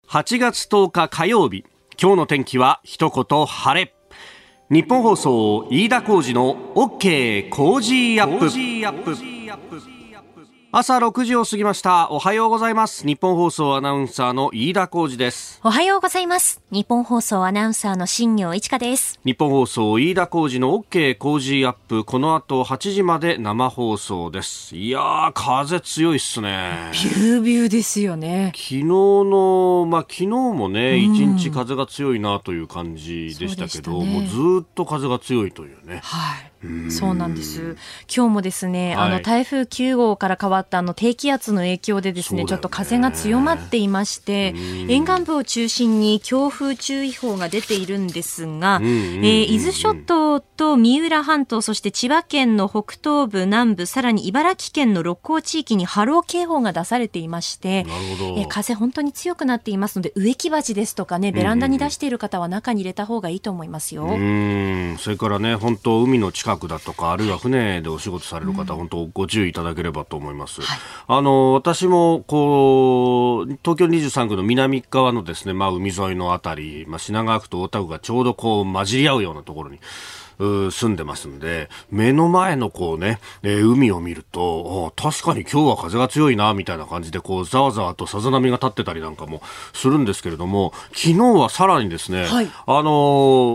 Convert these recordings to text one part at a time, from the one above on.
8月10日火曜日、今日の天気は一言晴れ。日本放送飯田浩司の OK 工事アップ。朝6時を過ぎました。おはようございます。日本放送アナウンサーの飯田浩司です。 おはようございます。日本放送アナウンサーの新業一華です。 日本放送飯田浩司の OK 工事アップ、この後8時まで生放送です。いやー、風強いっすね。 ビュービューですよね。 昨日もね、一日風が強いなという感じでしたけど、もうずっと風が強いというね。 はい。そうなんです。今日もですね、台風9号から変わった低気圧の影響でですね、ちょっと風が強まっていまして、沿岸部を中心に強風注意報が出ているんですが、伊豆諸島と三浦半島、そして千葉県の北東部南部、さらに茨城県の六甲地域に波浪警報が出されていまして、風本当に強くなっていますので、植木鉢ですとかね、ベランダに出している方は中に入れた方がいいと思いますよ。 それからね、本当海の近くだとか、あるいは船でお仕事される方、本当ご注意いただければと思います。はい、私も東京23区の南側のですね、海沿いのあたり、品川区と大田区がちょうど混じり合うようなところに住んでますんで、目の前の海を見ると、確かに今日は風が強いなみたいな感じでざわざわとさざ波が立ってたりなんかもするんですけれども、昨日はさらにですね、はい、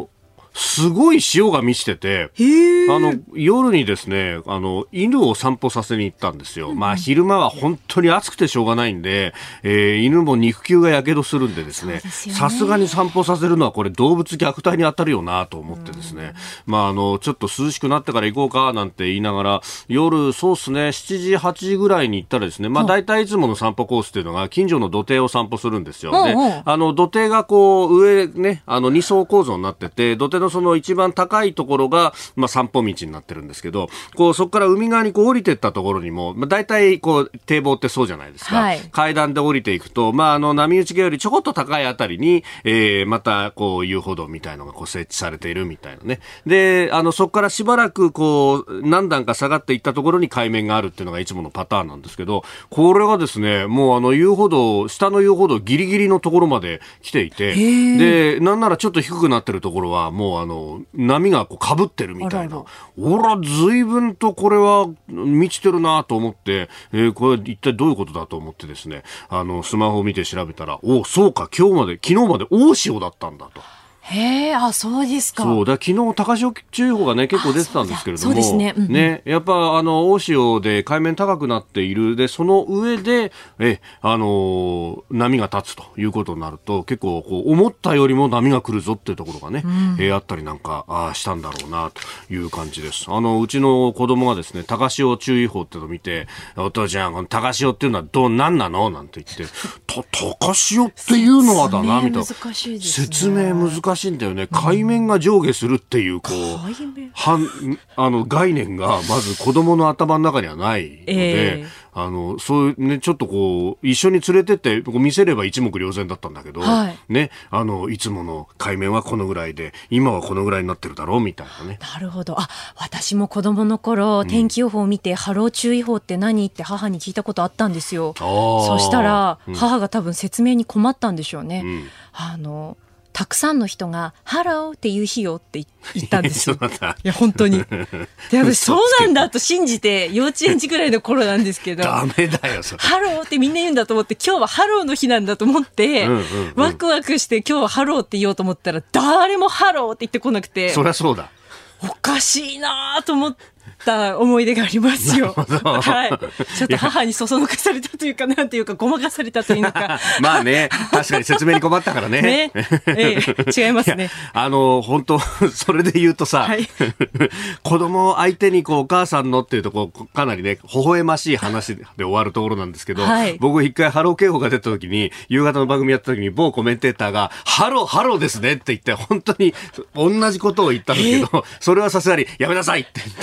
すごい潮が満ちてて、夜にですね、犬を散歩させに行ったんですよ。昼間は本当に暑くてしょうがないんで、犬も肉球がやけどするんでですね、さすがに散歩させるのはこれ動物虐待に当たるよなと思ってですね、ちょっと涼しくなってから行こうかなんて言いながら、夜そうですね、7時8時ぐらいに行ったらですね、大体いつもの散歩コースっていうのが近所の土手を散歩するんですよ。で、土手が上ね、2層構造になってて、土手その一番高いところが、散歩道になってるんですけど、そこから海側に降りていったところにも、大体堤防ってそうじゃないですか。はい、階段で降りていくと、波打ち際よりちょこっと高いあたりに、また遊歩道みたいのが設置されているみたいなね。で、そこからしばらく何段か下がっていったところに海面があるっていうのがいつものパターンなんですけど、これがですね、もう遊歩道、下の遊歩道ギリギリのところまで来ていて、で、なんならちょっと低くなってるところはもう波が被ってるみたいな。随分とこれは満ちてるなと思って、これ一体どういうことだと思ってですね、スマホを見て調べたら、そうか、昨日まで大潮だったんだと。 そうですか。 そうだ、昨日高潮注意報がね結構出てたんですけれども、 そうですね。 ね、やっぱ大潮で海面高くなっている。で、その上で波が立つということになると、結構思ったよりも波が来るぞっていうところがね、あったりなんかしたんだろうなという感じです。うちの子供がですね、高潮注意報ってのを見て、お父ちゃん、高潮っていうのは何なのなんて言って、高潮っていうのはだなみたいな。説明難しいんだよね。海面が上下するっていう概念がまず子供の頭の中にはないので、そういうね、ちょっと一緒に連れてって見せれば一目瞭然だったんだけど、ね、いつもの海面はこのぐらいで、今はこのぐらいになってるだろうみたいなね。 なるほど。私も子供の頃、天気予報を見て、波浪注意報って何って母に聞いたことあったんですよ。そしたら、母が多分説明に困ったんでしょうね。たくさんの人がハローって言う日よって言ったんですよ。いや本当に。で、私そうなんだと信じて、幼稚園児ぐらいの頃なんですけど、 ダメだよそれ。 ハローってみんな言うんだと思って、今日はハローの日なんだと思って、ワクワクして今日はハローって言おうと思ったら、誰もハローって言ってこなくて、 そりゃそうだ。 おかしいなと思った思い出がありますよ。はい。ちょっと母にそそのかされたというか、なんていうか、ごまかされたというのか。 ね、確かに説明に困ったからね。 違いますね。 本当それで言うとさ、子供相手にお母さんのっていうとかなりね、微笑ましい話で終わるところなんですけど、僕一回ハロー警報が出た時に、夕方の番組やった時に某コメンテーターが、ハローですねって言って、本当に同じことを言ったんだけど、それはさすがにやめなさいって言って。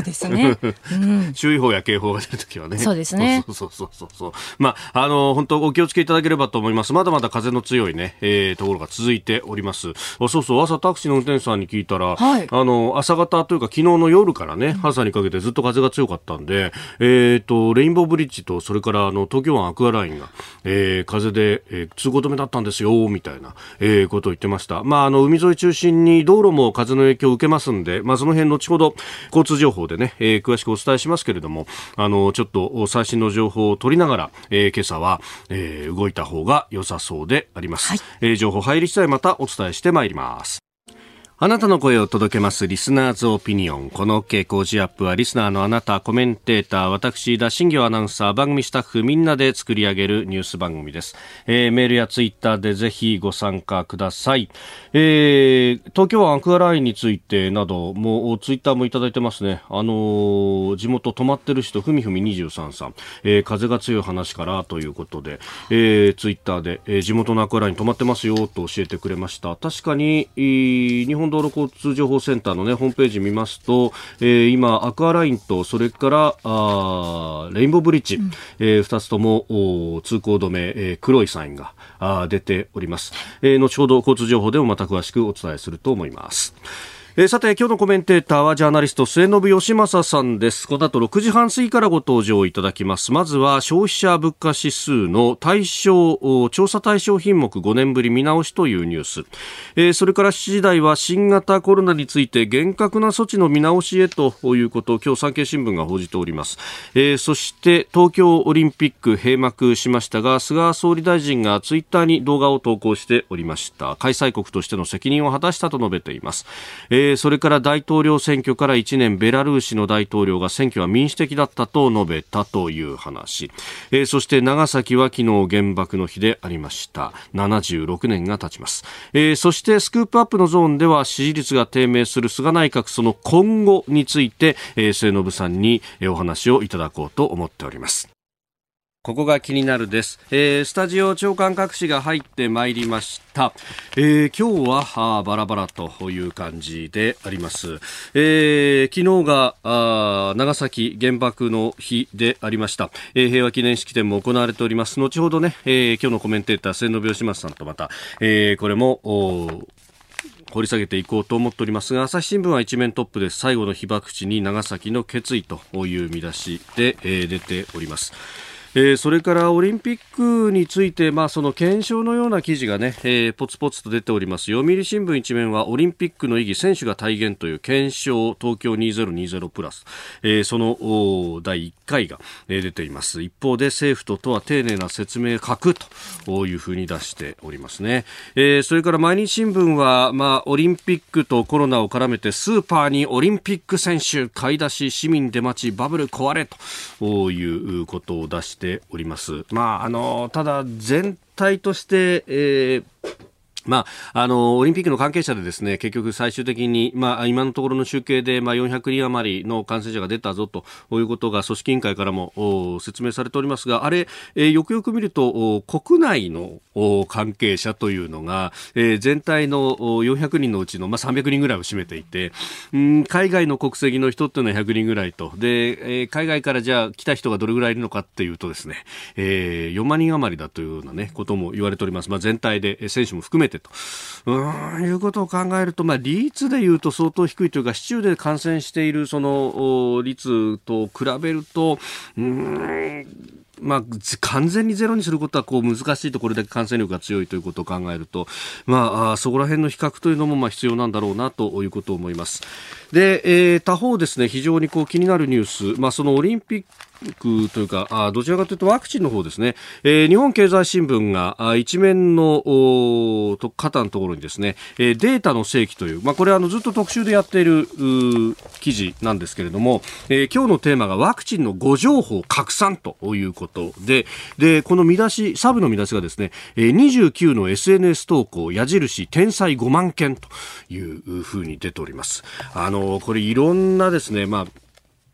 ですね、 注意報や警報が出るときはね。 そうですね。 まあ、本当お気をつけいただければと思います。まだまだ風の強いね、ところが続いております。そうそう、朝タクシーの運転手さんに聞いたら、はい、朝方というか昨日の夜からね、朝にかけてずっと風が強かったんで、レインボーブリッジとそれから東京湾アクアラインが、風で、通行止めだったんですよみたいな、ことを言ってました。まあ、海沿い中心に道路も風の影響を受けますんで、まあ、その辺後ほど交通情報でね、詳しくお伝えしますけれども、ちょっと最新の情報を取りながら、今朝は、動いた方が良さそうであります。はい、情報入り次第またお伝えしてまいります。あなたの声を届けますリスナーズオピニオン。この OK 工事アップはリスナーのあなた、コメンテーター、私田新行アナウンサー、番組スタッフみんなで作り上げるニュース番組です。メールやツイッターでぜひご参加ください。東京湾アクアラインについてなどもツイッターもいただいてますね。地元泊まってる人ふみふみ23さん、風が強い話からということで、ツイッターで、地元のアクアライン泊まってますよと教えてくれました。確かに日本道路交通情報センターの、ね、ホームページ見ますと、今アクアラインとそれからレインボーブリッジ、2つとも通行止め、黒いサインが出ております。後ほど交通情報でもまた詳しくお伝えすると思います。さて今日のコメンテーターはジャーナリスト末延吉正さんです。この後6時半過ぎからご登場いただきます。まずは消費者物価指数の調査対象品目5年ぶり見直しというニュース、それから7時台は新型コロナについて厳格な措置の見直しへということを今日産経新聞が報じております。そして東京オリンピック閉幕しましたが、菅総理大臣がツイッターに動画を投稿しておりました。開催国としての責任を果たしたと述べています。それから大統領選挙から1年ベラルーシの大統領が選挙は民主的だったと述べたという話、そして長崎は昨日原爆の日でありました。76年が経ちます。そしてスクープアップのゾーンでは支持率が低迷する菅内閣、その今後について、末延さんにお話をいただこうと思っております。ここが気になるです。スタジオ長官各紙が入ってまいりました。今日はバラバラという感じであります。昨日が長崎原爆の日でありました。平和記念式典も行われております。後ほどね、今日のコメンテーター末延吉正さんとまた、これも掘り下げていこうと思っておりますが、朝日新聞は一面トップです。最後の被爆地に長崎の決意という見出しで、出ております。それからオリンピックについて、その検証のような記事がね、ポツポツと出ております。読売新聞一面はオリンピックの意義、選手が体現という検証東京2020プラス、その第1回が出ています。一方で政府と都は丁寧な説明書くというふうに出しておりますね。それから毎日新聞は、オリンピックとコロナを絡めてスーパーにオリンピック選手買い出し、市民出待ち、バブル壊れということを出しております。ただ全体として、オリンピックの関係者でですね、結局最終的に、今のところの集計で、400人余りの感染者が出たぞということが組織委員会からも説明されておりますが、あれ、よくよく見ると国内の関係者というのが、全体の400人のうちの、300人ぐらいを占めていて、海外の国籍の人っていうのは100人ぐらいとで、海外からじゃあ来た人がどれぐらいいるのかっていうとですね、4万人余りだというような、ことも言われております。全体で選手も含めてということを考えると、率でいうと相当低いというか、市中で感染しているその率と比べると完全にゼロにすることは難しいと、これだけ感染力が強いということを考えると、そこら辺の比較というのも必要なんだろうなということを思います。で、他方ですね、非常に気になるニュース、そのオリンピックというか、どちらかというとワクチンの方ですね。日本経済新聞が一面の肩のところにですね、データの正規という、これずっと特集でやっている記事なんですけれども、今日のテーマがワクチンの誤情報拡散ということで、この見出し、サブの見出しがですね、29の SNS 投稿矢印天才5万件というふうに出ております。これいろんなですね、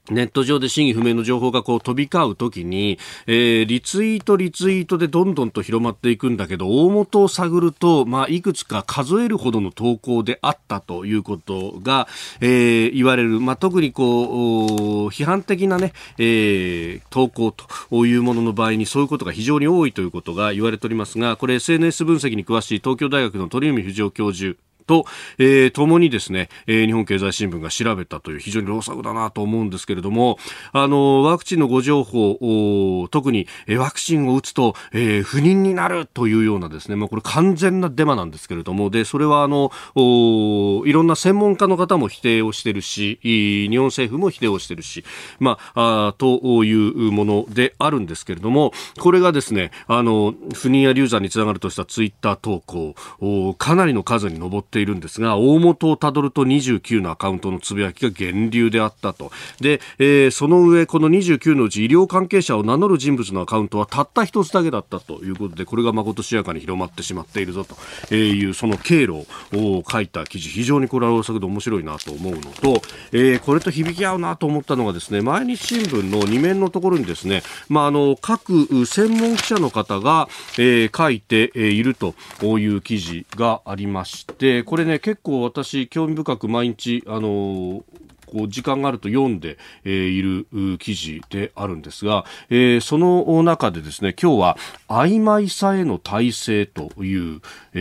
ネット上で真偽不明の情報がこう飛び交うときに、リツイートでどんどんと広まっていくんだけど、大元を探ると、いくつか数えるほどの投稿であったということが、言われる。特にこう、批判的なね、投稿というものの場合にそういうことが非常に多いということが言われておりますが、これ SNS 分析に詳しい東京大学の鳥海不二夫教授と、共にですね、日本経済新聞が調べたという非常に良作だなと思うんですけれども、ワクチンの誤情報、特にワクチンを打つと、不妊になるというようなですね、これ完全なデマなんですけれども、で、それはいろんな専門家の方も否定をしてるし、日本政府も否定をしてるし、というものであるんですけれども、これがですね、不妊や流産につながるとしたツイッター投稿、かなりの数に上っているんですが、大元をたどると29のアカウントのつぶやきが源流であったと。で、その上この29のうち医療関係者を名乗る人物のアカウントはたった一つだけだったということで、これがまことしやかに広まってしまっているぞというその経路を書いた記事、非常にこれは大作で面白いなと思うのと、これと響き合うなと思ったのがですね、毎日新聞の2面のところにですね、各専門記者の方が、書いているという記事がありまして、これね、結構私興味深く毎日こう時間があると読んでいる記事であるんですが、その中でですね、今日は曖昧さへの耐性という、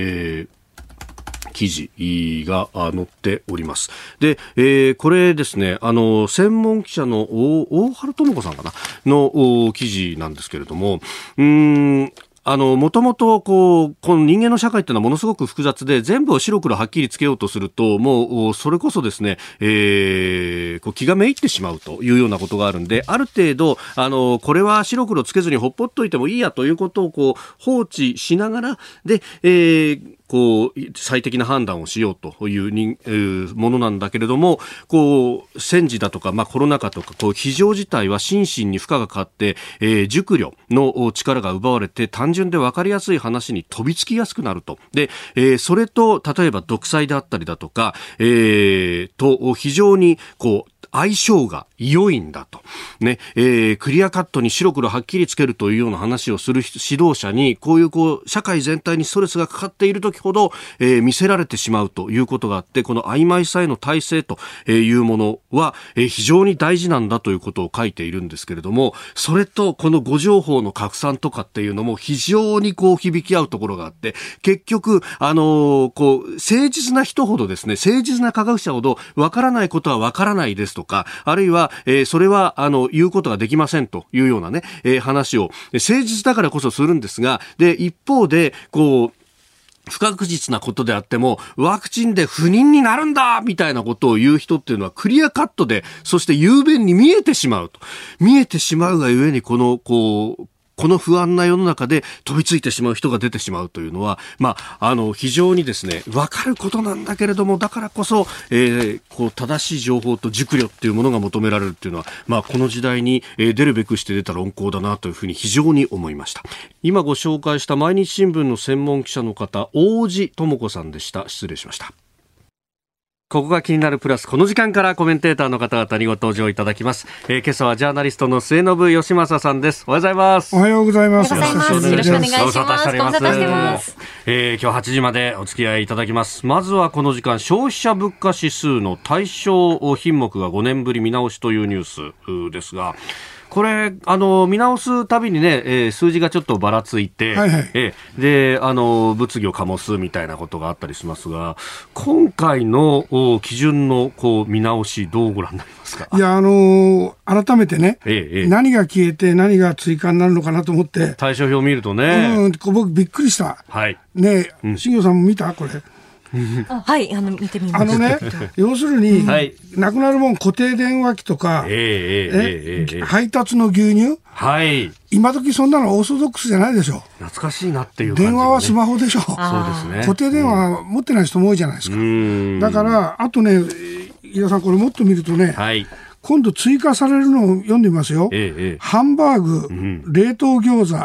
記事が載っております。で、これですね、専門記者の大原智子さんかなの記事なんですけれども、もともとこの人間の社会っていうのはものすごく複雑で、全部を白黒はっきりつけようとすると、もうそれこそですね、こう気がめいってしまうというようなことがあるんで、ある程度これは白黒つけずにほっぽっといてもいいやということをこう放置しながらで、こう最適な判断をしようというものなんだけれども、こう戦時だとか、コロナ禍とかこう非常事態は心身に負荷がかかって、熟慮の力が奪われて、単純で分かりやすい話に飛びつきやすくなると。で、それと例えば独裁であったりだとか、と非常にこう相性が良いんだと、ね、クリアカットに白黒はっきりつけるというような話をする指導者に、こう社会全体にストレスがかかっている時ほど、見せられてしまうということがあって、この曖昧さへの耐性というものは、非常に大事なんだということを書いているんですけれども、それとこの誤情報の拡散とかっていうのも非常にこう響き合うところがあって、結局こう誠実な人ほどですね、誠実な科学者ほどわからないことはわからないですとか、あるいは、それは言うことができませんというようなね、話を誠実だからこそするんですが、で一方でこう不確実なことであってもワクチンで不妊になるんだみたいなことを言う人っていうのはクリアカットで、そして雄弁に見えてしまうがゆえに、この不安な世の中で飛びついてしまう人が出てしまうというのは、非常にですね、分かることなんだけれども、だからこそ、こう正しい情報と熟慮っていうものが求められるっていうのは、この時代に出るべくして出た論考だなというふうに非常に思いました。今ご紹介した毎日新聞の専門記者の方、大路智子さんでした。失礼しました。ここが気になるプラス、この時間からコメンテーターの方々にご登場いただきます。今朝はジャーナリストの末延吉正さんです。おはようございます。 おはようございます。 よろしくお願いします。ご無沙汰してます。 今日8時までお付き合いいただきます。まずはこの時間、消費者物価指数の対象品目が5年ぶり見直しというニュースですが、これ見直すたびにね、数字がちょっとばらついて、で物議を醸すみたいなことがあったりしますが、今回の基準の見直し、どうご覧になりますか？ いや改めてね、何が消えて何が追加になるのかなと思って対象表を見るとね、 僕びっくりした。ね、新業さんも見たこれ？ はい、見てみました。 ね、要するに、なくなるもん、固定電話機とか、配達の牛乳、今時そんなのオーソドックスじゃないでしょ。 懐かしいなっていう感じ、ね、 電話はスマホでしょ。 そうですね。 固定電話持ってない人も多いじゃないですか。だからあとね、飯田さん、これもっと見るとね、今度追加されるのを読んでみますよ。ハンバーグ、冷凍餃子、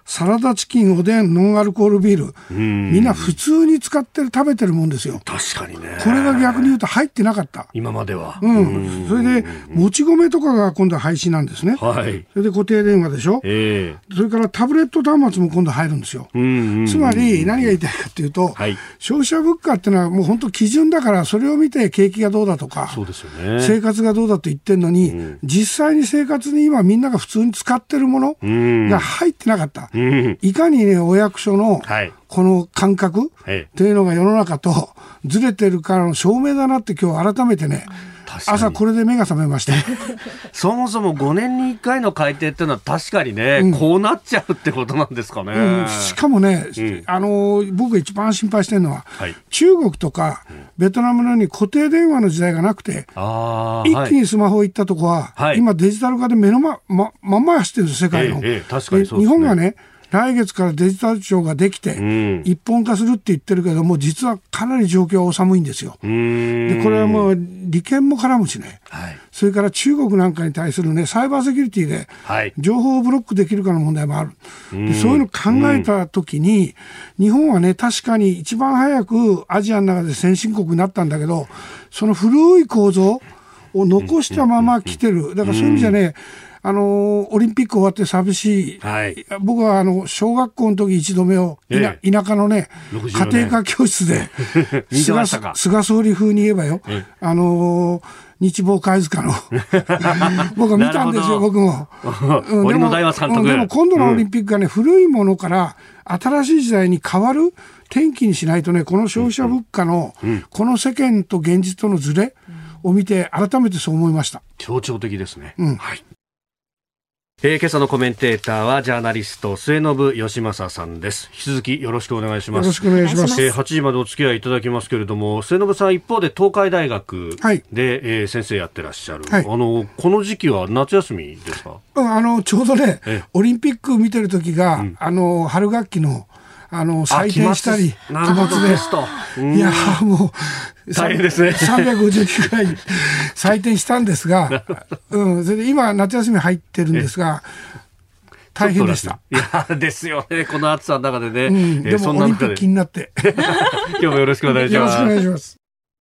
サラダチキン、おでん、ノンアルコールビール、みんな普通に使ってる、食べてるもんですよ。 確かにね。 これが逆に言うと入ってなかった。 今までは。 それで、もち米とかが今度は廃止なんですね。 はい。 それで固定電話でしょ。それからタブレット端末も今度入るんですよ。つまり何が言いたいかというと、消費者物価っていうのはもう本当基準だから、それを見て景気がどうだとか、 そうですよね、 生活がどうだと言ってるのに、実際に生活に今みんなが普通に使ってるものが入ってなかった。いかにね、お役所のこの感覚というのが世の中とずれてるからの証明だなって今日改めてね、朝これで目が覚めました。 そもそも5年に1回の改定っていうのは確かにね、こうなっちゃうってことなんですかね。 しかもね、僕が一番心配してるのは、中国とかベトナムのように固定電話の時代がなくて、一気にスマホ行ったとこは、今デジタル化で目のまんま走ってるんです、世界の。 確かにそうですね。 日本がね、来月からデジタル庁ができて、一本化するって言ってるけども、実はかなり状況はお寒いんですよ。でこれはもう利権も絡むしね、それから中国なんかに対するね、サイバーセキュリティで情報をブロックできるかの問題もある。でそういうのを考えたときに、日本はね、確かに一番早くアジアの中で先進国になったんだけど、その古い構造を残したまま来てる。だからそういう意味じゃね、オリンピック終わって寂しい、僕は小学校の時一度目を田舎のね、家庭科教室で菅総理風に言えばよ、日望貝塚の僕は見たんですよ、僕も。 森の大和監督。 でも今度のオリンピックがね、古いものから新しい時代に変わる転機にしないとね、この消費者物価のこの世間と現実とのズレを見て改めてそう思いました。 象徴的ですね。今朝のコメンテーターはジャーナリスト末延吉正さんです。引き続きよろしくお願いします。 よろしくお願いします。 8時までお付き合いいただきますけれども、末延さん一方で東海大学で、先生やってらっしゃる、この時期は夏休みですか？ ちょうどね、オリンピック見てる時が、春学期の採点したり、期末で、いやもう大変ですね。 350人くらい採点したんですが、それで今夏休み入ってるんですが、大変でした。 いやですよね、この暑さの中でね。 でもオリンピック気になって今日もよろしくお願いします。 よろしくお願いします。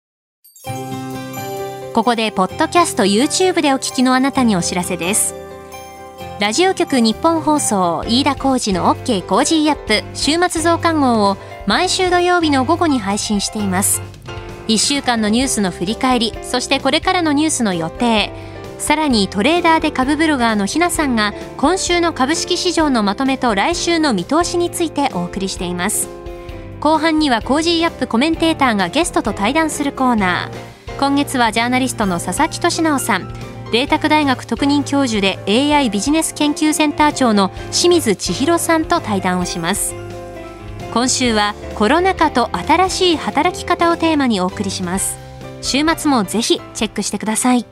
ここでポッドキャスト YouTube でお聞きのあなたにお知らせです。ラジオ局日本放送飯田浩司の OK コージーアップ週末増刊号を毎週土曜日の午後に配信しています。1週間のニュースの振り返り、そしてこれからのニュースの予定、さらにトレーダーで株ブロガーのひなさんが今週の株式市場のまとめと来週の見通しについてお送りしています。後半にはコージーアップコメンテーターがゲストと対談するコーナー。今月はジャーナリストの佐々木俊直さん、麗澤大学特任教授で AI ビジネス研究センター長の清水千尋さんと対談をします。今週はコロナ禍と新しい働き方をテーマにお送りします。週末もぜひチェックしてください。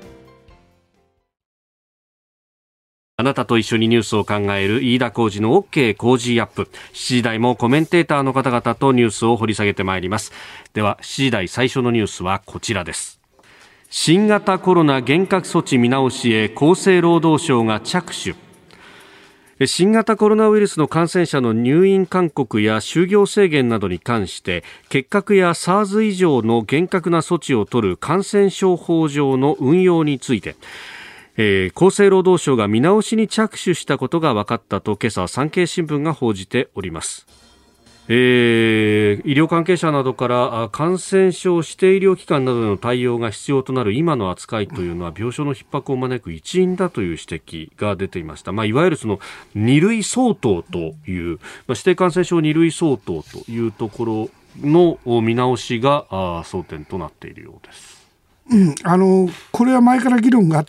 あなたと一緒にニュースを考える飯田浩司の OK コージーアップ。7時台もコメンテーターの方々とニュースを掘り下げてまいります。では7時台最初のニュースはこちらです。新型コロナ厳格措置見直しへ厚生労働省が着手。新型コロナウイルスの感染者の入院勧告や就業制限などに関して結核や SARS 以上の厳格な措置を取る感染症法上の運用について厚生労働省が見直しに着手したことが分かったと今朝産経新聞が報じております。医療関係者などから感染症指定医療機関などでの対応が必要となる今の扱いというのは病床の逼迫を招く一因だという指摘が出ていました。いわゆるその2類相当という、指定感染症2類相当というところの見直しが争点となっているようです。 これは前から議論があって、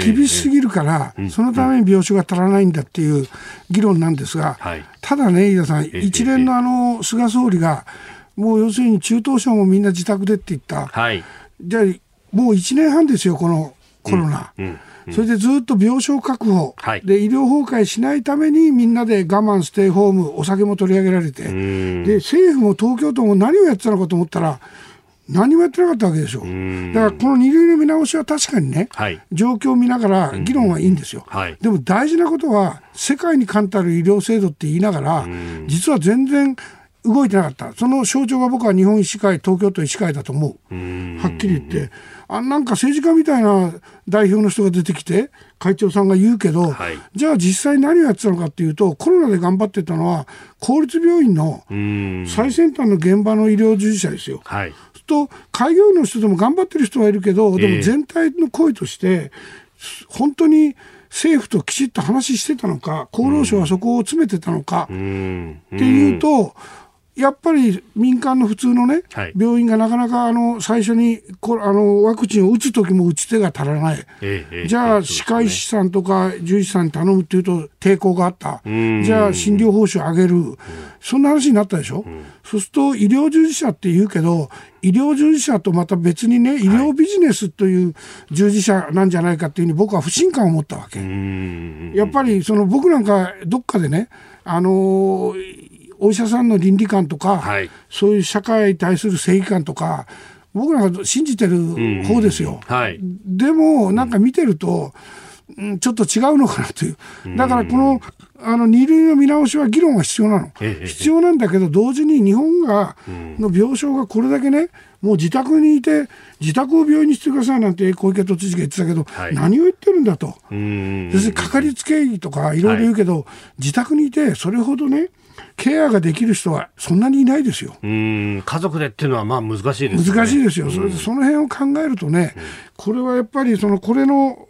厳しすぎるから、そのために病床が足らないんだっていう議論なんですが、ただね、飯田さん、一連の菅総理が、もう要するに中等症もみんな自宅でって言った、じゃあ、もう1年半ですよ、このコロナ。それでずっと病床確保、で医療崩壊しないためにみんなで我慢ステイホーム、お酒も取り上げられて、で政府も東京都も何をやってたのかと思ったら、 何もやってなかったわけでしょ。だからこの2類の見直しは確かにね、はい、状況を見ながら議論はいいんですよ、はい、でも大事なことは世界に冠たる医療制度って言いながら実は全然動いてなかった。その象徴が僕は日本医師会、東京都医師会だと思う。はっきり言ってなんか政治家みたいな代表の人が出てきて会長さんが言うけど、はい、じゃあ実際何をやってたのかっていうと、コロナで頑張ってたのは公立病院の最先端の現場の医療従事者ですよ、はい、と開業医の人でも頑張ってる人はいるけど、でも全体の声として本当に政府ときちっと話してたのか、厚労省はそこを詰めてたのかっていうと、やっぱり民間の普通のね、はい、病院がなかなか最初にワクチンを打つときも打ち手が足らない、じゃあ歯科医師さんとか獣医師さんに頼むっていうと抵抗があった、じゃあ診療報酬上げる、そんな話になったでしょ、そうすると医療従事者って言うけど、医療従事者とまた別にね、医療ビジネスという従事者なんじゃないかっていうふうに僕は不信感を持ったわけ。やっぱり僕なんかどっかでね、お医者さんの倫理観とか、はい、そういう社会に対する正義感とか僕らが信じてる方ですよ、はい、でもなんか見てると、ちょっと違うのかなという。だからこの2類の見直しは議論は必要なの、必要なんだけど、同時に日本の病床がこれだけね、もう自宅にいて自宅を病院にしてくださいなんて小池都知事が言ってたけど、はい、何を言ってるんだと。要するにかかりつけ医とかいろいろ言うけど、はい、自宅にいてそれほどねケアができる人はそんなにいないですよ。 家族でっていうのはまあ難しいですね。 難しいですよ。その辺を考えるとね、これはやっぱりこれの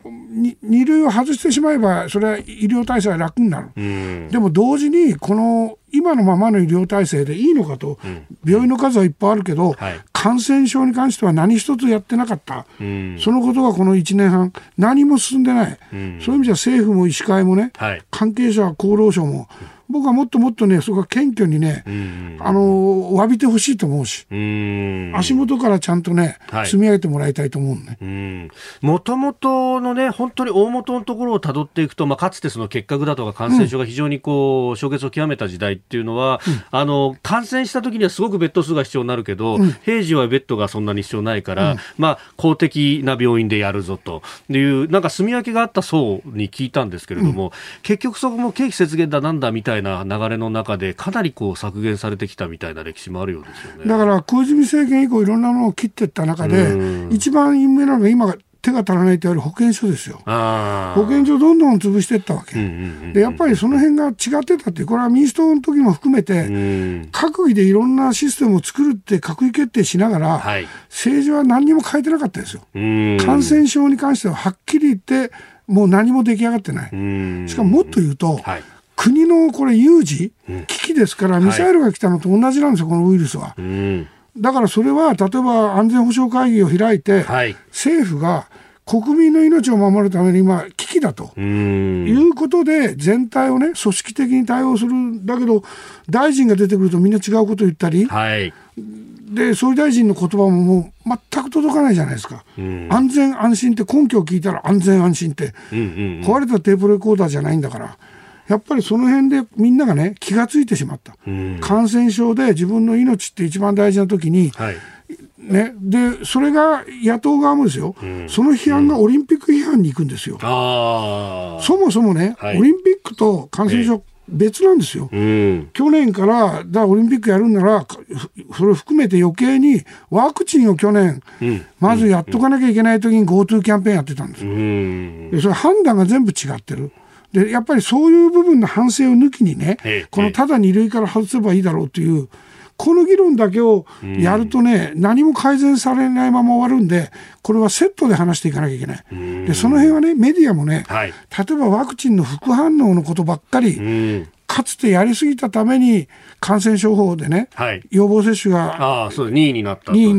2類を外してしまえばそれは医療体制は楽になる。でも同時にこの今のままの医療体制でいいのかと、病院の数はいっぱいあるけど、はい、感染症に関しては何一つやってなかった、そのことがこの1年半何も進んでない、そういう意味じゃ政府も医師会もね、はい、関係者は厚労省も僕はもっともっとね、そこは謙虚にね、詫びてほしいと思うし、足元からちゃんとね、積み上げてもらいたいと思うね。 もともとのね、本当に大元のところをたどっていくと、かつてその結核だとか感染症が非常に衝撃を極めた時代っていうのは、感染した時にはすごくベッド数が必要になるけど、平時はベッドがそんなに必要ないから、公的な病院でやるぞという、なんか住み分けがあった層に聞いたんですけれども、結局そこも経費節減だなんだみたいな流れの中でかなり削減されてきたみたいな歴史もあるようですよね。 だから小泉政権以降いろんなものを切っていった中で一番有名なのが今手が足らないという保健所ですよ。保健所どんどん潰していったわけ、でやっぱりその辺が違ってたって、これは民主党の時も含めて閣議でいろんなシステムを作るって閣議決定しながら、はい、政治は何にも変えてなかったですよ。感染症に関してははっきり言ってもう何も出来上がってない。しかももっと言うと、はい、国のこれ有事、危機ですから、ミサイルが来たのと同じなんですよ、このウイルスは。だからそれは例えば安全保障会議を開いて、はい、政府が国民の命を守るために今危機だということで全体をね組織的に対応するんだけど、大臣が出てくるとみんな違うことを言ったり、はい、で総理大臣の言葉ももう全く届かないじゃないですか。安全安心って根拠を聞いたら安全安心って、壊れたテープレコーダーじゃないんだから、やっぱりその辺でみんながね気がついてしまった。感染症で自分の命って一番大事な時に、はいね、でそれが野党側もですよ、その批判がオリンピック批判に行くんですよ。そもそもね、はい、オリンピックと感染症別なんですよ。去年からオリンピックやるんならそれを含めて余計にワクチンを去年、まずやっとかなきゃいけない時に GoTo キャンペーンやってたんですよ。でそれ判断が全部違ってる。でやっぱりそういう部分の反省を抜きにね、このただ2類から外せばいいだろうというこの議論だけをやるとね、何も改善されないまま終わるんで、これはセットで話していかなきゃいけない。でその辺はねメディアもね、はい、例えばワクチンの副反応のことばっかりかつてやりすぎたために感染症法でね、はい、予防接種が 2位になったって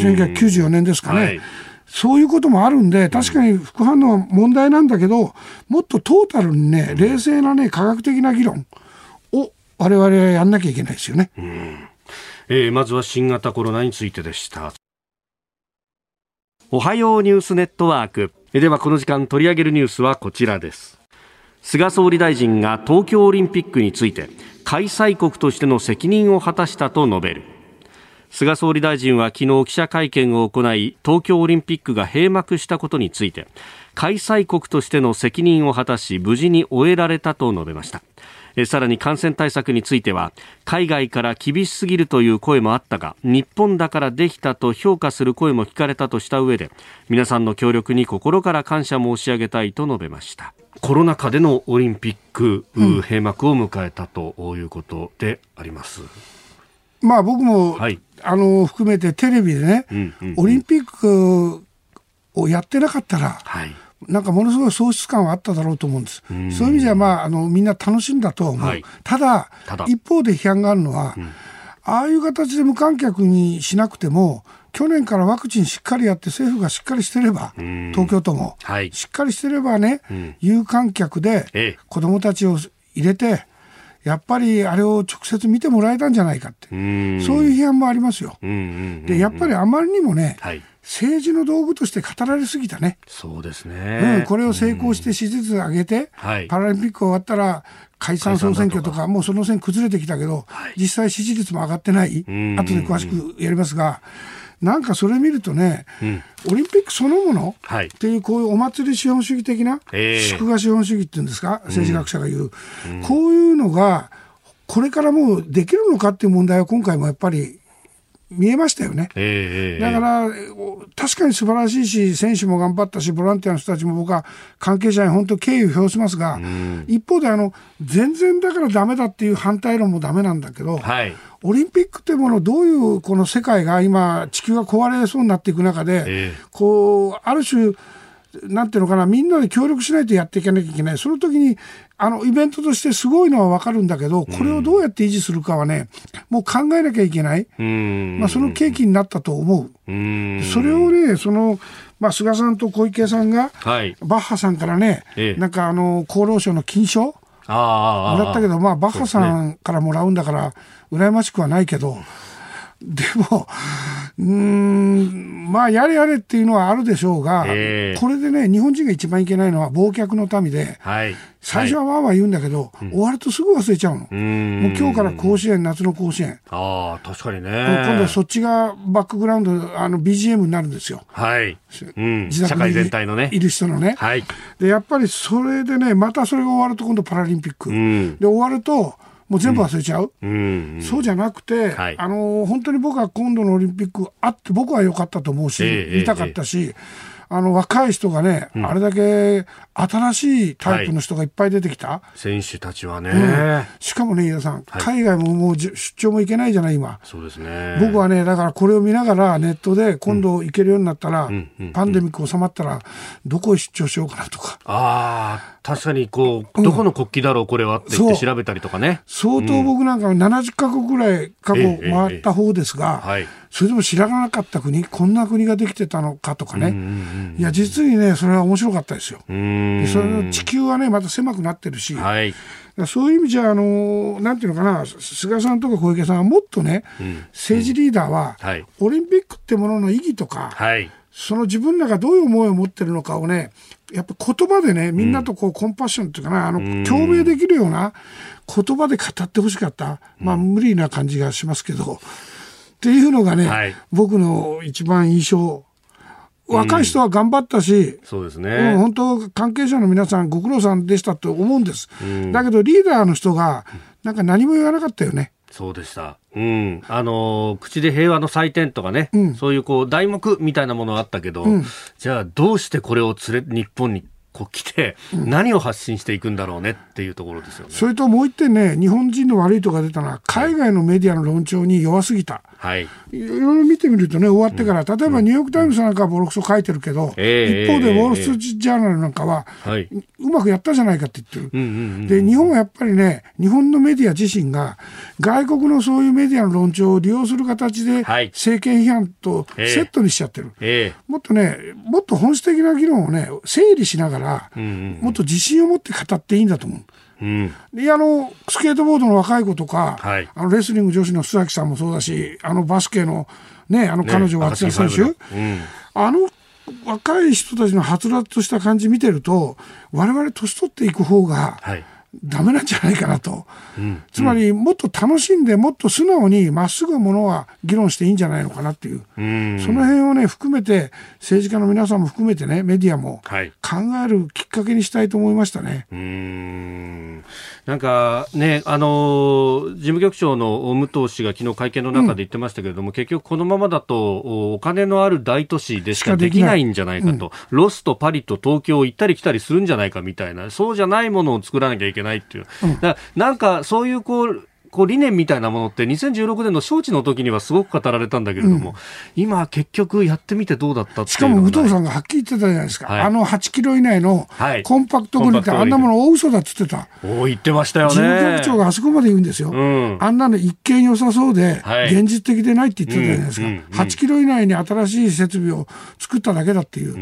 1994年ですかね、はい、そういうこともあるんで、確かに副反応は問題なんだけど、もっとトータルにね冷静なね科学的な議論を我々はやんなきゃいけないですよね。 まずは新型コロナについてでした。おはようニュースネットワークではこの時間取り上げるニュースはこちらです。菅総理大臣が東京オリンピックについて開催国としての責任を果たしたと述べる。 菅総理大臣は昨日記者会見を行い、東京オリンピックが閉幕したことについて、開催国としての責任を果たし無事に終えられたと述べました。さらに感染対策については、海外から厳しすぎるという声もあったが、日本だからできたと評価する声も聞かれたとした上で、皆さんの協力に心から感謝申し上げたいと述べました。コロナ禍でのオリンピック、閉幕を迎えたということであります。 まあ僕も、はい、含めてテレビでね、オリンピックをやってなかったら、はい、なんかものすごい喪失感はあっただろうと思うんです。そういう意味じゃ、まあ、みんな楽しんだとは思う。はい、ただ一方で批判があるのは、ああいう形で無観客にしなくても、去年からワクチンしっかりやって政府がしっかりしてれば、東京都も、はい、しっかりしてればね、有観客で子どもたちを入れて、やっぱりあれを直接見てもらえたんじゃないかって、そういう批判もありますよ。でやっぱりあまりにもね、はい、政治の道具として語られすぎたね。 そうですね、 これを成功して支持率上げて、パラリンピック終わったら解散総選挙とかもうその線崩れてきたけど、はい、実際支持率も上がってない。後で詳しくやりますが、なんかそれ見るとね、オリンピックそのものっていうこういうお祭り資本主義的な、祝賀資本主義っていうんですか、政治学者が言う、こういうのがこれからもうできるのかっていう問題は今回もやっぱり見えましたよね。だから確かに素晴らしいし、選手も頑張ったし、ボランティアの人たちも僕は関係者に本当敬意を表しますが、一方で全然だからダメだっていう反対論もダメなんだけど、はい、オリンピックってものどういうこの世界が今地球が壊れそうになっていく中で、こうある種なんていうのかな、みんなで協力しないとやっていかなきゃいけない。その時にイベントとしてすごいのは分かるんだけど、これをどうやって維持するかはね、もう考えなきゃいけない。その契機になったと思う。それをね、菅さんと小池さんが、はい、バッハさんからね、なんか厚労省の金賞もらったけど、バッハさんからもらうんだから羨ましくはないけど、でもやれやれっていうのはあるでしょうが、これでね、日本人が一番いけないのは忘却の民で、はい、最初はわーわー言うんだけど、終わるとすぐ忘れちゃうの。もう今日から甲子園、夏の甲子園、 確かにね、 今度はそっちがバックグラウンドBGM になるんですよ。はい、自宅社会全体のね、 いる人のね、はい、でやっぱりそれでね、またそれが終わると今度パラリンピック、で終わるともう全部忘れちゃう、そうじゃなくて、はい、本当に僕は今度のオリンピックあって僕は良かったと思うし、見たかったし、若い人がね、あれだけ新しいタイプの人がいっぱい出てきた、 選手たちはね、 しかもね、飯田さん、海外ももう出張も行けないじゃない今。 そうですね。 僕はね、だからこれを見ながらネットで今度行けるようになったら、パンデミック収まったらどこへ出張しようかなとか。 確かにどこの国旗だろうこれはって言って調べたりとかね。 相当僕なんか70カ国ぐらい過去回った方ですが、それでも知らなかった国、こんな国ができてたのかとかね、いや実にね、それは面白かったですよ。それの地球はね、また狭くなってるし、はい、そういう意味じゃなんていうのかな、菅さんとか小池さんはもっとね、政治リーダーは、オリンピックってものの意義とか、その自分らがどういう思いを持ってるのかをね、やっぱ言葉でね、みんなとコンパッションっていうかな、共鳴できるような言葉で語ってほしかった。無理な感じがしますけど、っていうのがね、僕の一番印象。若い人は頑張ったし、 そうですね、 本当関係者の皆さんご苦労さんでしたと思うんです。だけどリーダーの人がなんか何も言わなかったよね。 そうでした。口で平和の祭典とかね、そういう題目みたいなものがあったけど、じゃあどうしてこれを日本に来て何を発信していくんだろうねっていうところですよね。 それともう一点ね、日本人の悪いところが出たのは海外のメディアの論調に弱すぎた。いろいろ見てみるとね、終わってから、例えばニューヨークタイムズなんかはボロクソ書いてるけど、一方でウォール・ストリート・ジャーナルなんかは、うまくやったじゃないかって言ってる。で日本はやっぱりね、日本のメディア自身が外国のそういうメディアの論調を利用する形で政権批判とセットにしちゃってる。もっと本質的な議論をね、整理しながら、もっと自信を持って語っていいんだと思う。でスケートボードの若い子とか、レスリング女子の須崎さんもそうだし、バスケの、ね、彼女松田選手、若い人たちのはつらつとした感じ見てると、我々年取っていく方が、 ダメなんじゃないかなと、つまりもっと楽しんでもっと素直にまっすぐものは議論していいんじゃないのかなっていう、その辺をね含めて政治家の皆さんも含めてねメディアも考えるきっかけにしたいと思いましたね。 なんかね、事務局長の武藤氏が昨日会見の中で言ってましたけれども、結局このままだとお金のある大都市でしかできないんじゃないかと、ロスとパリと東京を行ったり来たりするんじゃないかみたいな、そうじゃないものを作らなきゃいけないっていう、だからなんかそういうこう理念みたいなものって2016年の招致の時にはすごく語られたんだけれども、今結局やってみてどうだったっていうのが。 しかも武藤さんがはっきり言ってたじゃないですか、8キロ以内のコンパクトグリってあんなもの大嘘だって言ってた。 言ってましたよね。 事務局長があそこまで言うんですよ、あんなの一見良さそうで、現実的でないって言ってたじゃないですか、8キロ以内に新しい設備を作っただけだっていう、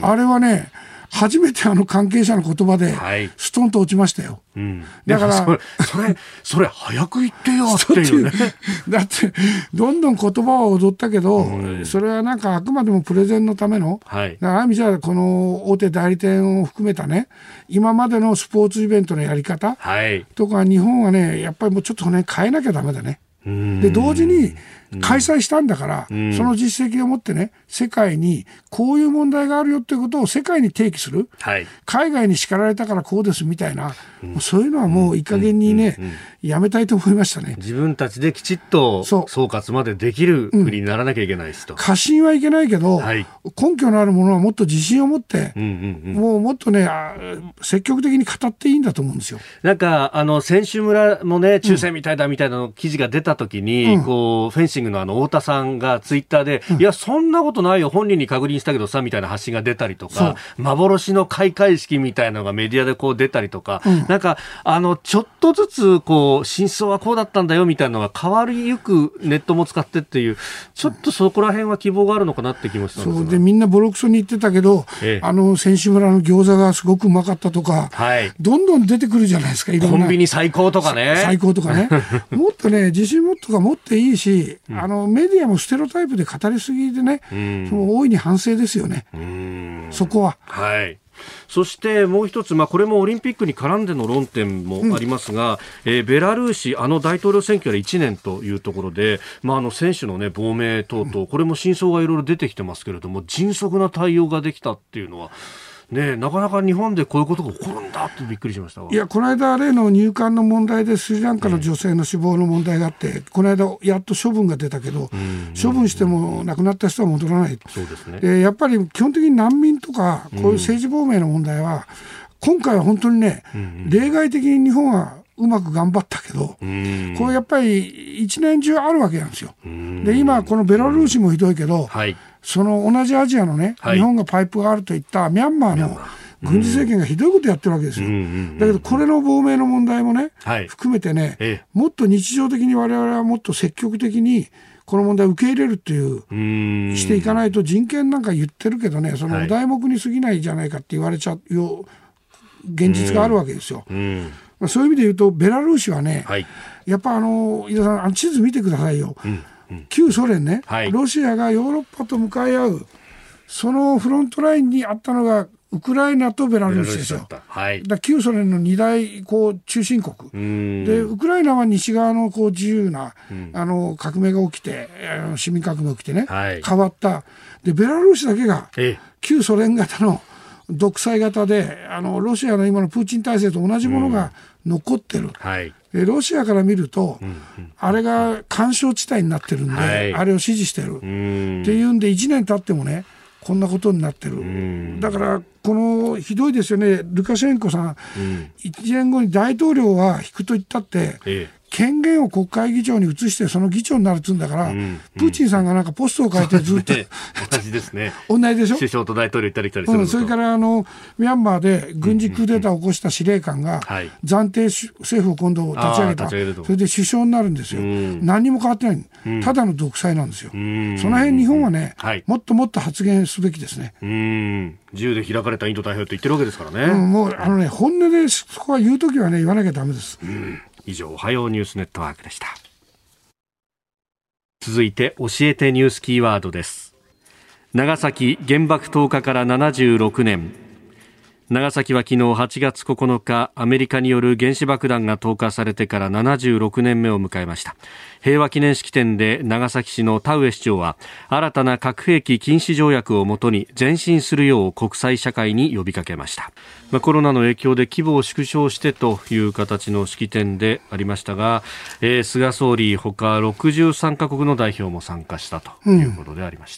あれはね初めて関係者の言葉でストンと落ちましたよ、だからそれ早く言ってよっていうねだってどんどん言葉は踊ったけど、それはなんかあくまでもプレゼンのための、だからある意味じゃこの大手代理店を含めたね今までのスポーツイベントのやり方とか、日本はねやっぱりもうちょっとね変えなきゃダメだね。で同時に開催したんだから、その実績を持ってね世界にこういう問題があるよということを世界に提起する、海外に叱られたからこうですみたいな、そういうのはもういい加減にね、やめたいと思いましたね。 自分たちできちっと総括までできる国にならなきゃいけないしと、 過信はいけないけど、根拠のあるものはもっと自信を持って、もうもっとね積極的に語っていいんだと思うんですよ。 なんか選手村もね抽選みたいだみたいなの記事が出た時に、こうフェンシングの太田さんがツイッターで、いやそんなことないよ本人に確認したけどさみたいな発信が出たりとか、幻の開会式みたいなのがメディアでこう出たりとか、なんかちょっとずつこう真相はこうだったんだよみたいなのが変わりゆくネットも使ってっていう、ちょっとそこら辺は希望があるのかなって気もしたんですが。 そうでみんなボロクソに言ってたけど、選手村の餃子がすごくうまかったとか、どんどん出てくるじゃないですか。いろんなコンビニ最高とかねもっとね自信持っていいし、メディアもステロタイプで語りすぎでね、その大いに反省ですよね、そこは。 そしてもう一つ、これもオリンピックに絡んでの論点もありますが、ベラルーシ大統領選挙から1年というところで、選手の、亡命等々、これも真相がいろいろ出てきてますけれども、迅速な対応ができたっていうのはなかなか日本でこういうことが起こるんだってびっくりしましたわ。 いやこの間例の入管の問題でスリランカの女性の死亡の問題があって、この間やっと処分が出たけど、処分しても亡くなった人は戻らない。 そうですね。 やっぱり基本的に難民とかこういう政治亡命の問題は、今回は本当にね、例外的に日本はうまく頑張ったけど、これやっぱり一年中あるわけなんですよ。で今このベラルーシもひどいけど、その同じアジアのね、日本がパイプがあるといったミャンマーの軍事政権がひどいことやってるわけですよ。だけどこれの亡命の問題もね、含めてね、もっと日常的に我々はもっと積極的にこの問題を受け入れるっていうしていかないと、人権なんか言ってるけどね、そのお題目に過ぎないじゃないかって言われちゃうよ現実があるわけですよ。そういう意味で言うとベラルーシはね、やっぱ井田さん地図見てくださいよ。旧ソ連ね、ロシアがヨーロッパと向かい合うそのフロントラインにあったのがウクライナとベラルーシですよ。だ旧ソ連の二大中心国で、ウクライナは西側の自由な革命が起きて、市民革命が起きてね、変わった。でベラルーシだけが旧ソ連型の独裁型で、ロシアの今のプーチン体制と同じものが残ってる。ロシアから見ると、あれが緩衝地帯になってるんで、あれを支持してるっていうんで、1年経ってもねこんなことになってる。だからこのひどいですよね。ルカシェンコさん、1年後に大統領は引くと言ったって、権限を国会議長に移してその議長になるって言うんだから、プーチンさんがなんかポストを変えてずっと同じですね。 同じでしょ。 首相と大統領行ったり来たりするのと、 それからミャンマーで軍事クーデターを起こした司令官が暫定政府を今度立ち上げた。それで首相になるんですよ。何にも変わってない。ただの独裁なんですよ。その辺日本はね、もっともっと発言すべきですね。 自由で開かれたインド太平洋と言ってるわけですからね。 もう本音でそこは言うときはね言わなきゃダメです。 以上、おはようニュースネットワークでした。続いて教えてニュースキーワードです。長崎原爆投下から76年、 長崎は昨日8月9日アメリカによる原子爆弾が投下されてから76年目を迎えました。平和記念式典で長崎市の田上市長は新たな核兵器禁止条約をもとに前進するよう国際社会に呼びかけました。コロナの影響で規模を縮小してという形の式典でありましたが、菅総理ほか63カ国の代表も参加したということでありました。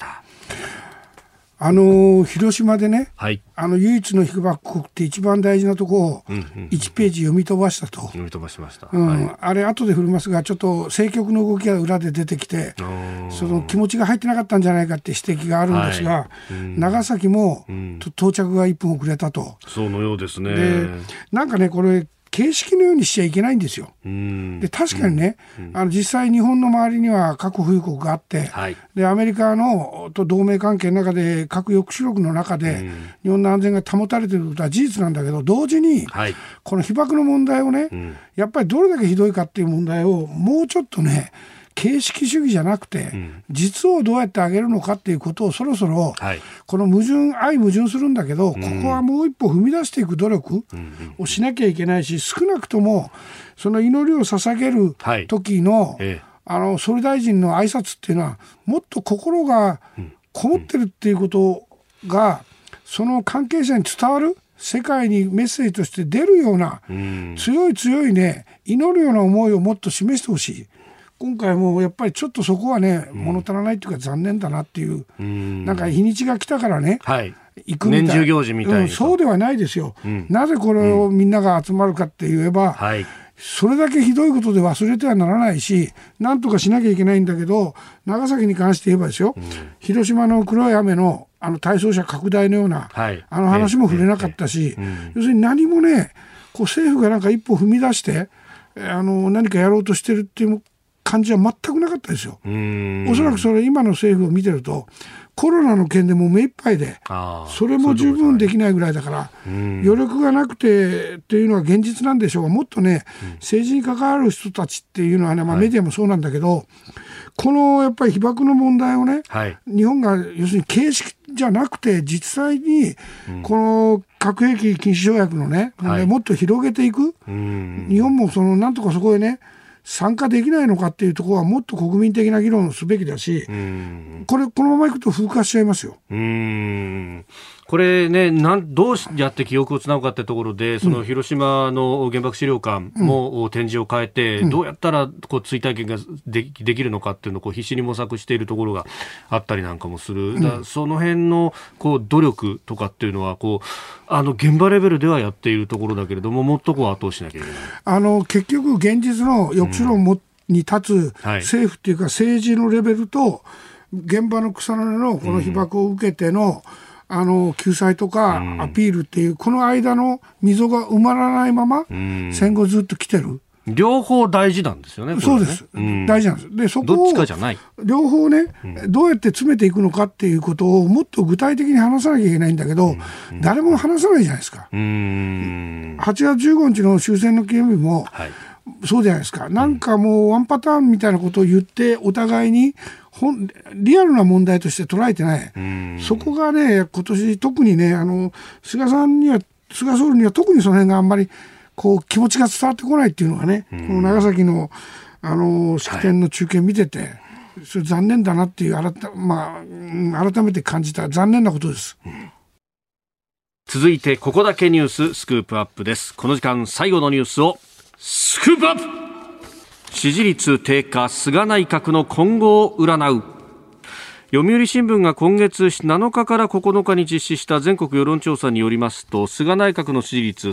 広島でね、 はい、 唯一の被爆国って一番大事なところを1ページ読み飛ばしたと、 読み飛ばしました、 はい、あれ後で振りますがちょっと政局の動きが裏で出てきてその気持ちが入ってなかったんじゃないかって指摘があるんですが、はい、長崎も、到着が1分遅れたと。 そうのようですね。 でなんかねこれ形式のようにしちゃいけないんですよ。で確かにね、実際日本の周りには核保有国があって、はい、でアメリカのと同盟関係の中で核抑止力の中で、日本の安全が保たれていることは事実なんだけど同時に、はい、この被爆の問題をね、やっぱりどれだけひどいかっていう問題をもうちょっとね形式主義じゃなくて、実をどうやって上げるのかっていうことをそろそろ、はい、この相矛盾するんだけど、ここはもう一歩踏み出していく努力をしなきゃいけないし、少なくともその祈りを捧げる時の、はい、総理大臣の挨拶っていうのはもっと心がこもってるっていうことが、その関係者に伝わる、世界にメッセージとして出るような、強いね祈るような思いをもっと示してほしい。今回もやっぱりちょっとそこはね、物足らないっていうか残念だなっていう、なんか日にちが来たからね、はい、行くみたいな、 年中行事みたいな、 そうではないですよ、なぜこれをみんなが集まるかって言えば、はい、それだけひどいことで忘れてはならないし、なんとかしなきゃいけないんだけど、長崎に関して言えばですよ、広島の黒い雨の対象者拡大のような、はい、話も触れなかったし、要するに何もね、こう政府がなんか一歩踏み出して何かやろうとしてるっていう感じは全くなかったですよ。おそらくそれ今の政府を見てるとコロナの件でもう目いっぱいで、それも十分できないぐらいだから、余力がなくてっていうのは現実なんでしょうが、もっとね、政治に関わる人たちっていうのはね、メディアもそうなんだけど、このやっぱり被爆の問題をね、日本が要するに形式じゃなくて実際にこの核兵器禁止条約のね、もっと広げていく、日本もなんとかそこへね参加できないのかっていうところはもっと国民的な議論をすべきだし、このままいくと風化しちゃいますよ。 これね、どうやって記憶をつなぐかってところで、その広島の原爆資料館も展示を変えて、どうやったら追体験ができるのかっていうのを必死に模索しているところがあったりなんかもする。その辺の努力とかっていうのは現場レベルではやっているところだけれども、もっと後押ししなきゃいけない。 結局現実の抑止論に立つ政府っていうか政治のレベルと、現場の草の根のこの被爆を受けての、救済とかアピールっていう、この間の溝が埋まらないまま戦後ずっと来てる。 両方大事なんですよね。これね、 そうです、大事なんです。でそこをどっちかじゃない、両方ね、どうやって詰めていくのかっていうことをもっと具体的に話さなきゃいけないんだけど、誰も話さないじゃないですか。8月15日の終戦の記念日も、そうじゃないですか。なんかもうワンパターンみたいなことを言ってお互いにリアルな問題として捉えてない。そこがね、今年特にね、菅総理には特にその辺があんまり気持ちが伝わってこないっていうのがね、この長崎の式典の中継見てて、それ残念だなっていう改めて感じた残念なことです。 続いてここだけニューススクープアップです。この時間最後のニュースをスクープアップ。支持率低下、菅内閣の今後を占う。読売新聞が今月7日から9日に実施した全国世論調査によりますと、菅内閣の支持率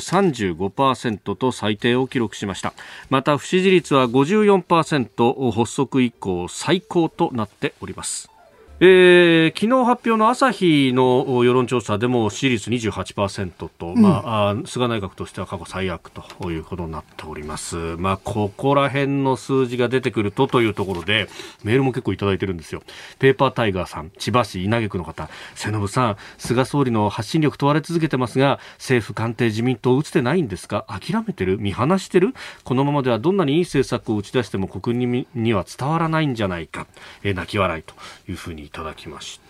35% と最低を記録しました。また不支持率は 54%、発足以降最高となっております。昨日発表の朝日の世論調査でも支持率 28% と、菅内閣としては過去最悪ということになっております。ここら辺の数字が出てくるというところでメールも結構いただいてるんですよ。ペーパータイガーさん、千葉市稲毛区の方、瀬信さん、菅総理の発信力問われ続けてますが、政府官邸自民党打つてないんですか？諦めてる？見放してる？このままではどんなにいい政策を打ち出しても国民には伝わらないんじゃないか、泣き笑いというふうにいただきました。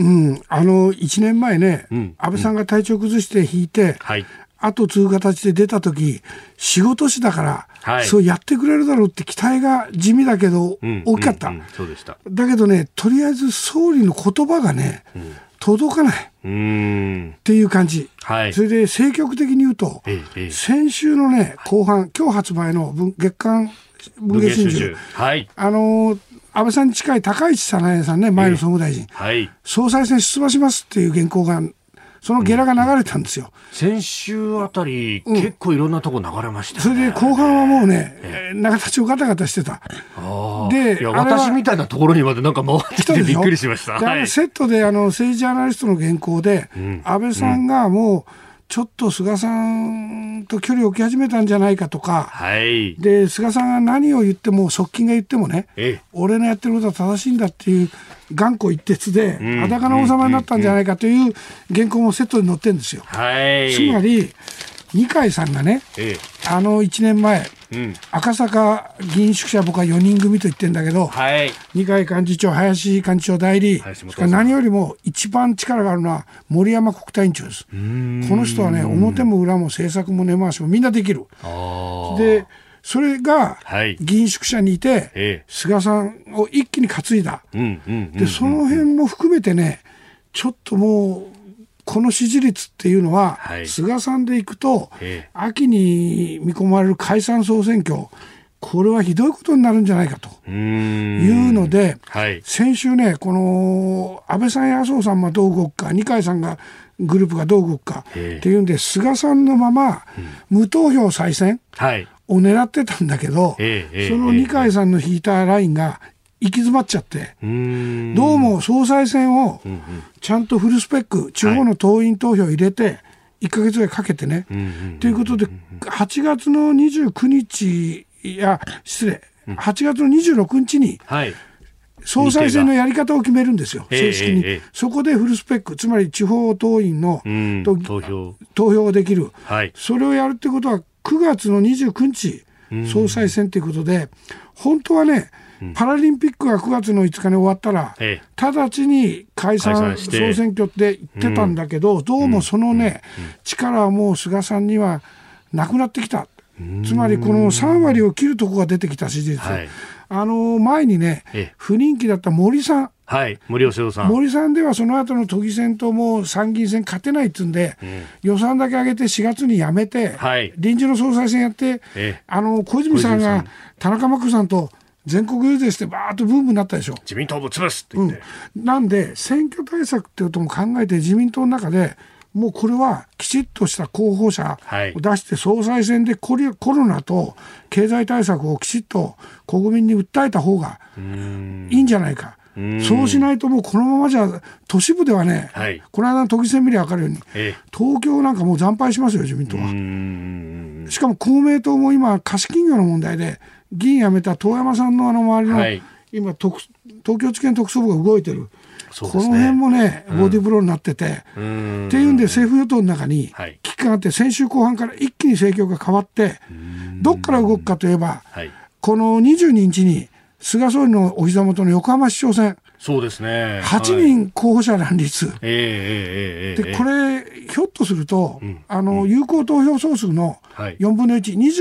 1年前ね、安倍さんが体調崩して引いて、後継ぐ形で出た時、仕事師だから、そうやってくれるだろうって期待が地味だけど大きかった。 そうでした。 だけどね、とりあえず総理の言葉がね、届かないっていう感じ、それで政局的に言うと、先週のね後半、今日発売の月刊文藝春秋、安倍さんに近い高市早苗さんね、前の総務大臣、総裁選出馬しますっていう原稿が、そのゲラが流れたんですよ。 先週あたり、結構いろんなとこ流れましたね。 それで後半はもうね、永田町ガタガタしてた。 で、私みたいなところにまでなんか回ってきてびっくりしました。 セットで政治ジャーナリストの原稿で、安倍さんがもうちょっと菅さんと距離を置き始めたんじゃないかとか、で菅さんが何を言っても、側近が言ってもね、俺のやってることは正しいんだっていう頑固一徹で裸の王様になったんじゃないかという原稿もセットに載ってるんですよ。つまり二階さんがね、1年前、赤坂議員宿舎、僕は4人組と言ってるんだけど、二階幹事長、林幹事長代理、それから何よりも一番力があるのは森山国対委員長です。この人はね、表も裏も政策も根回しもみんなできる。でそれが議員宿舎にいて、菅さんを一気に担いだ。でその辺も含めてね、ちょっともうこの支持率っていうのは、菅さんでいくと、秋に見込まれる解散総選挙、これはひどいことになるんじゃないかというので、先週ね、この安倍さんや麻生さんがどう動くか、二階さんがグループがどう動くかっていうんで、菅さんのまま無投票再選を狙ってたんだけど、その二階さんの引いたラインが行き詰まっちゃって、どうも総裁選をちゃんとフルスペック、地方の党員投票入れて1ヶ月ぐらいかけてね、ということで8月の29日8月の26日に総裁選のやり方を決めるんですよ、正式に。そこでフルスペック、つまり地方党員の投票ができる、それをやるってことは9月の29日総裁選ということで、本当はね、パラリンピックが9月の5日に終わったら、直ちに解散総選挙って言ってたんだけど、どうもそのね、力はもう菅さんにはなくなってきた。つまりこの3割を切るところが出てきた支持率。前にね、不人気だった森さん。 森喜朗さん。 森さんではその後の都議選ともう参議院選勝てないっていうんで、予算だけ上げて4月に辞めて、臨時の総裁選やって、小泉さんが田中真紀子さんと全国遊説してバーッとブームになったでしょ。 自民党ぶ潰すって言って、 なんで選挙対策っていうことも考えて、自民党の中でもうこれはきちっとした候補者を出して、総裁選でコロナと経済対策をきちっと国民に訴えた方がいいんじゃないか。そうしないともうこのままじゃ都市部ではね、この間の都議選見れば分かるように、東京なんかもう惨敗しますよ、自民党は。しかも公明党も今貸金業の問題で議員辞めた遠山さんの周りの、今東京地検特捜部が動いてる、この辺もね、ボディーブローになってて、っていうんで政府与党の中に危機感があって、先週後半から一気に政局が変わって、どっから動くかといえば、この22日に菅総理のお膝元の横浜市長選、 そうですね、 8人候補者乱立、でこれひょっとすると、有効投票総数の4分の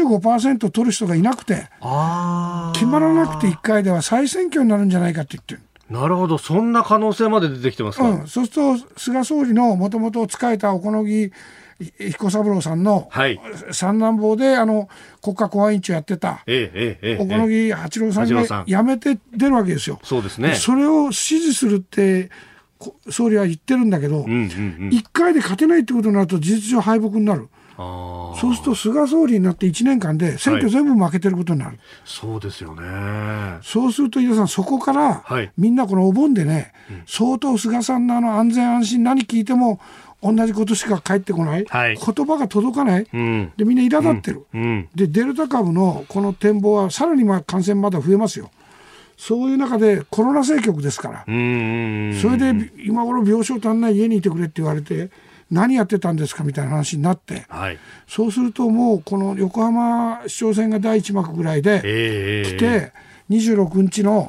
1、25% 取る人がいなくて、決まらなくて1回では再選挙になるんじゃないかって言ってる。 なるほど、そんな可能性まで出てきてますか。 そうすると菅総理のもともと仕えた小此木彦三郎さんの三男坊で国家公安委員長やってた小此木八郎さんが辞めて出るわけですよ。 そうですね。 それを支持するって総理は言ってるんだけど、1回で勝てないってことになると事実上敗北になる。そうすると菅総理になって1年間で選挙全部負けてることになる。 そうですよね。 そうすると井田さん、そこから、みんなこのお盆でね、相当菅さんの安全安心、何聞いても同じことしか返ってこない、言葉が届かない、でみんな苛立ってる、でデルタ株のこの展望はさらに感染まだ増えますよ。そういう中でコロナ政局ですから、それで今頃病床足んない、家にいてくれって言われて何やってたんですかみたいな話になって、そうするともうこの横浜市長選が第1幕ぐらいで来て、26日の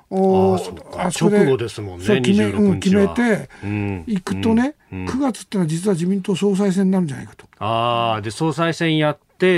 あそこで直後ですもんね、26日決めはていくとね、9月ってのは実は自民党総裁選になるんじゃないかと。 で総裁選やって、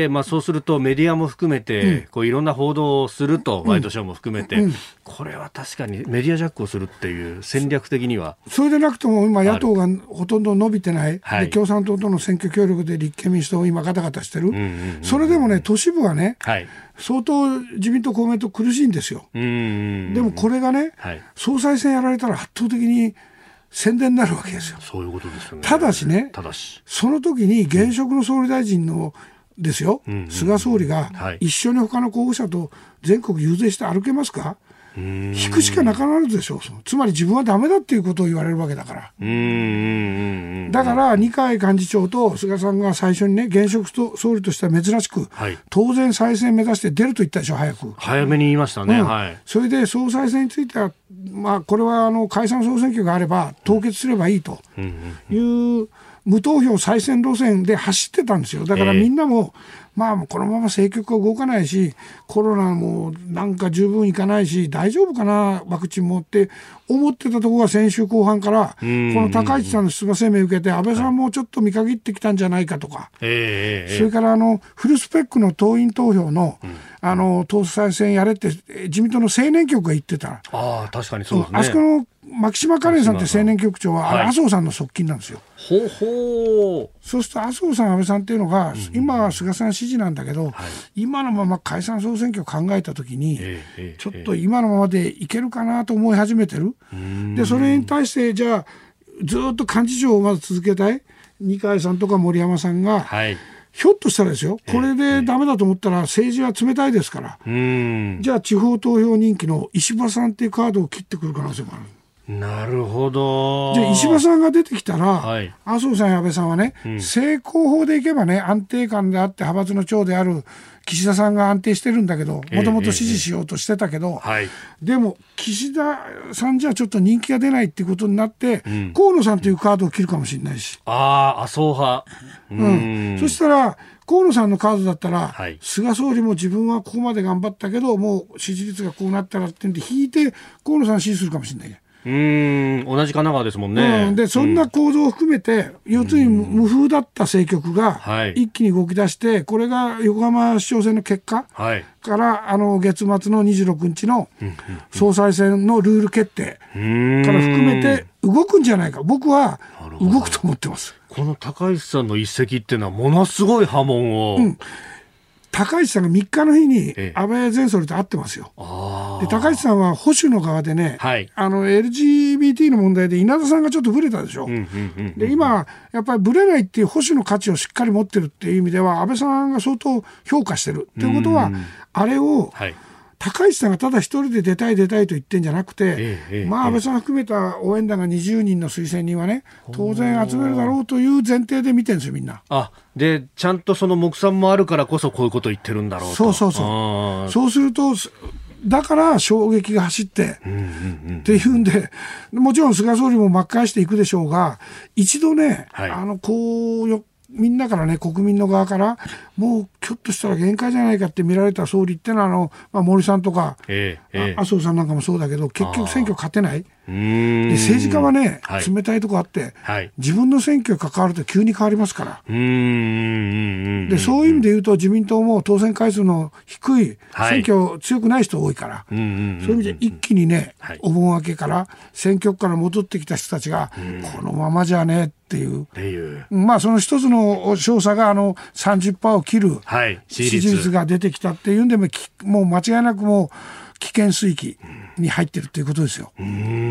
そうするとメディアも含めて、こういろんな報道をすると、ワイドショーも含めて、これは確かにメディアジャックをするっていう戦略的にはそれでなくとも今野党がほとんど伸びてない、で共産党との選挙協力で立憲民主党を今ガタガタしてる、それでもね都市部はね、相当自民党公明党苦しいんですよ。でもこれがね、総裁選やられたら圧倒的に宣伝になるわけですよ。 そういうことですよね。 ただしね、その時に現職の総理大臣のですよ、菅総理が一緒に他の候補者と全国遊説して歩けますか。引くしかなくなるでしょう。つまり自分はダメだっていうことを言われるわけだから。だから二階幹事長と菅さんが最初にね、現職総理としては珍しく、当然再選目指して出ると言ったでしょ。早めに言いましたね。 それで総裁選については、これは解散総選挙があれば凍結すればいいという無投票再選路線で走ってたんですよ。だからみんなも、このまま政局が動かないし、コロナもなんか十分いかないし、大丈夫かなワクチンもって思ってたところが先週後半からこの高市さんの出馬声明を受けて安倍さんもちょっと見限ってきたんじゃないかとか、それからフルスペックの党員投票の総裁選やれって自民党の青年局が言ってた。 確かにそうですね。 あそこの牧島かれんさんって青年局長は麻生さんの側近なんですよ。そうすると麻生さん安倍さんっていうのが、今は菅さん支持なんだけど、今のまま解散総選挙を考えたときに、ちょっと今のままでいけるかなと思い始めてる。でそれに対してじゃあずっと幹事長をまず続けたい二階さんとか森山さんが、ひょっとしたらですよ、これでダメだと思ったら政治は冷たいですから、じゃあ地方投票人気の石破さんっていうカードを切ってくる可能性もある。 なるほど。 じゃあ石破さんが出てきたら、麻生さんや安倍さんはね、正攻法でいけばね、安定感であって派閥の長である岸田さんが安定してるんだけど、もともと支持しようとしてたけど、でも岸田さんじゃちょっと人気が出ないっていうことになって、河野さんというカードを切るかもしれないし。 麻生派。 そしたら河野さんのカードだったら、菅総理も自分はここまで頑張ったけどもう支持率がこうなったらってんで引いて河野さん支持するかもしれない。 同じ神奈川ですもんね。 でそんな構造を含めて、要するに無風だった政局が一気に動き出して、これが横浜市長選の結果から月末の26日の総裁選のルール決定から含めて動くんじゃないか、僕は動くと思ってます。 この高市さんの一石っていうのはものすごい波紋を、 高市さんが3日の日に安倍前総理と会ってますよ。で高市さんは保守の側でね、LGBT の問題で稲田さんがちょっとブレたでしょ。で今やっぱりブレないっていう保守の価値をしっかり持ってるっていう意味では安倍さんが相当評価してるっていうことは、あれを高市さんがただ一人で出たいと言ってんじゃなくて、安倍さん含めた応援団が20人の推薦人はね、当然集めるだろうという前提で見てるんですよ、みんな。 でちゃんとその目算もあるからこそこういうことを言ってるんだろうと。 そうするとだから衝撃が走ってっていうんで、もちろん菅総理も巻き返していくでしょうが、一度ね、みんなからね、国民の側からもうひょっとしたら限界じゃないかって見られた総理ってのは森さんとか、麻生さんなんかもそうだけど、結局選挙勝てない。で政治家はね、冷たいとこあって、自分の選挙が関わると急に変わりますから。でそういう意味で言うと自民党も当選回数の低い選挙強くない人多いから、そういう意味で一気にね、お盆明けから選挙区から戻ってきた人たちがこのままじゃねっていう、その一つの証左が30% を切る支持率が出てきたっていうんでもう間違いなくもう危険水域に入ってるということですよ。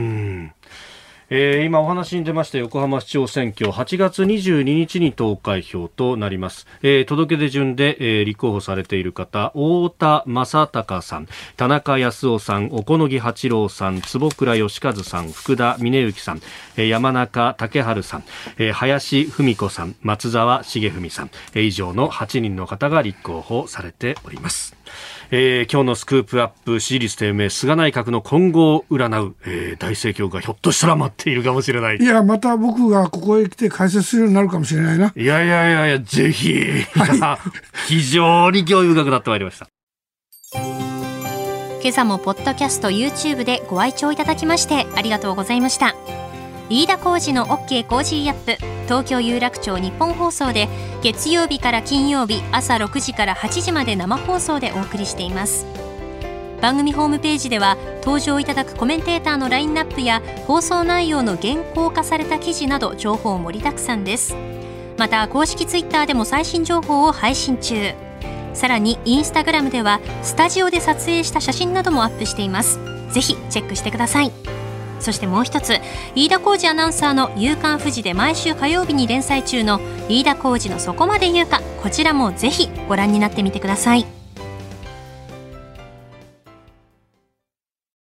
今お話に出ました横浜市長選挙、8月22日に投開票となります。届け出順で、立候補されている方、太田正孝さん、田中康夫さん、小此木八郎さん、坪倉義和さん、福田峰之さん、山中竹春さん、林文子さん、松沢重文さん、以上の8人の方が立候補されております。今日のスクープアップ、支持率低迷、菅内閣の今後を占う、大盛況がひょっとしたら待っているかもしれない。 いや、また僕がここへ来て解説するようになるかもしれないな。 いや、ぜひ、非常に興味深くなってまいりました。 今朝もポッドキャスト YouTube でご愛聴いただきましてありがとうございました。飯田浩司の OK コージーアップ、東京有楽町日本放送で月曜日から金曜日朝6時から8時まで生放送でお送りしています。番組ホームページでは登場いただくコメンテーターのラインナップや放送内容の原稿化された記事など情報盛りだくさんです。また公式ツイッターでも最新情報を配信中。さらにインスタグラムではスタジオで撮影した写真などもアップしています。ぜひチェックしてください。そしてもう一つ、飯田浩司アナウンサーの夕刊フジで毎週火曜日に連載中の飯田浩司のそこまで言うか、こちらもぜひご覧になってみてください。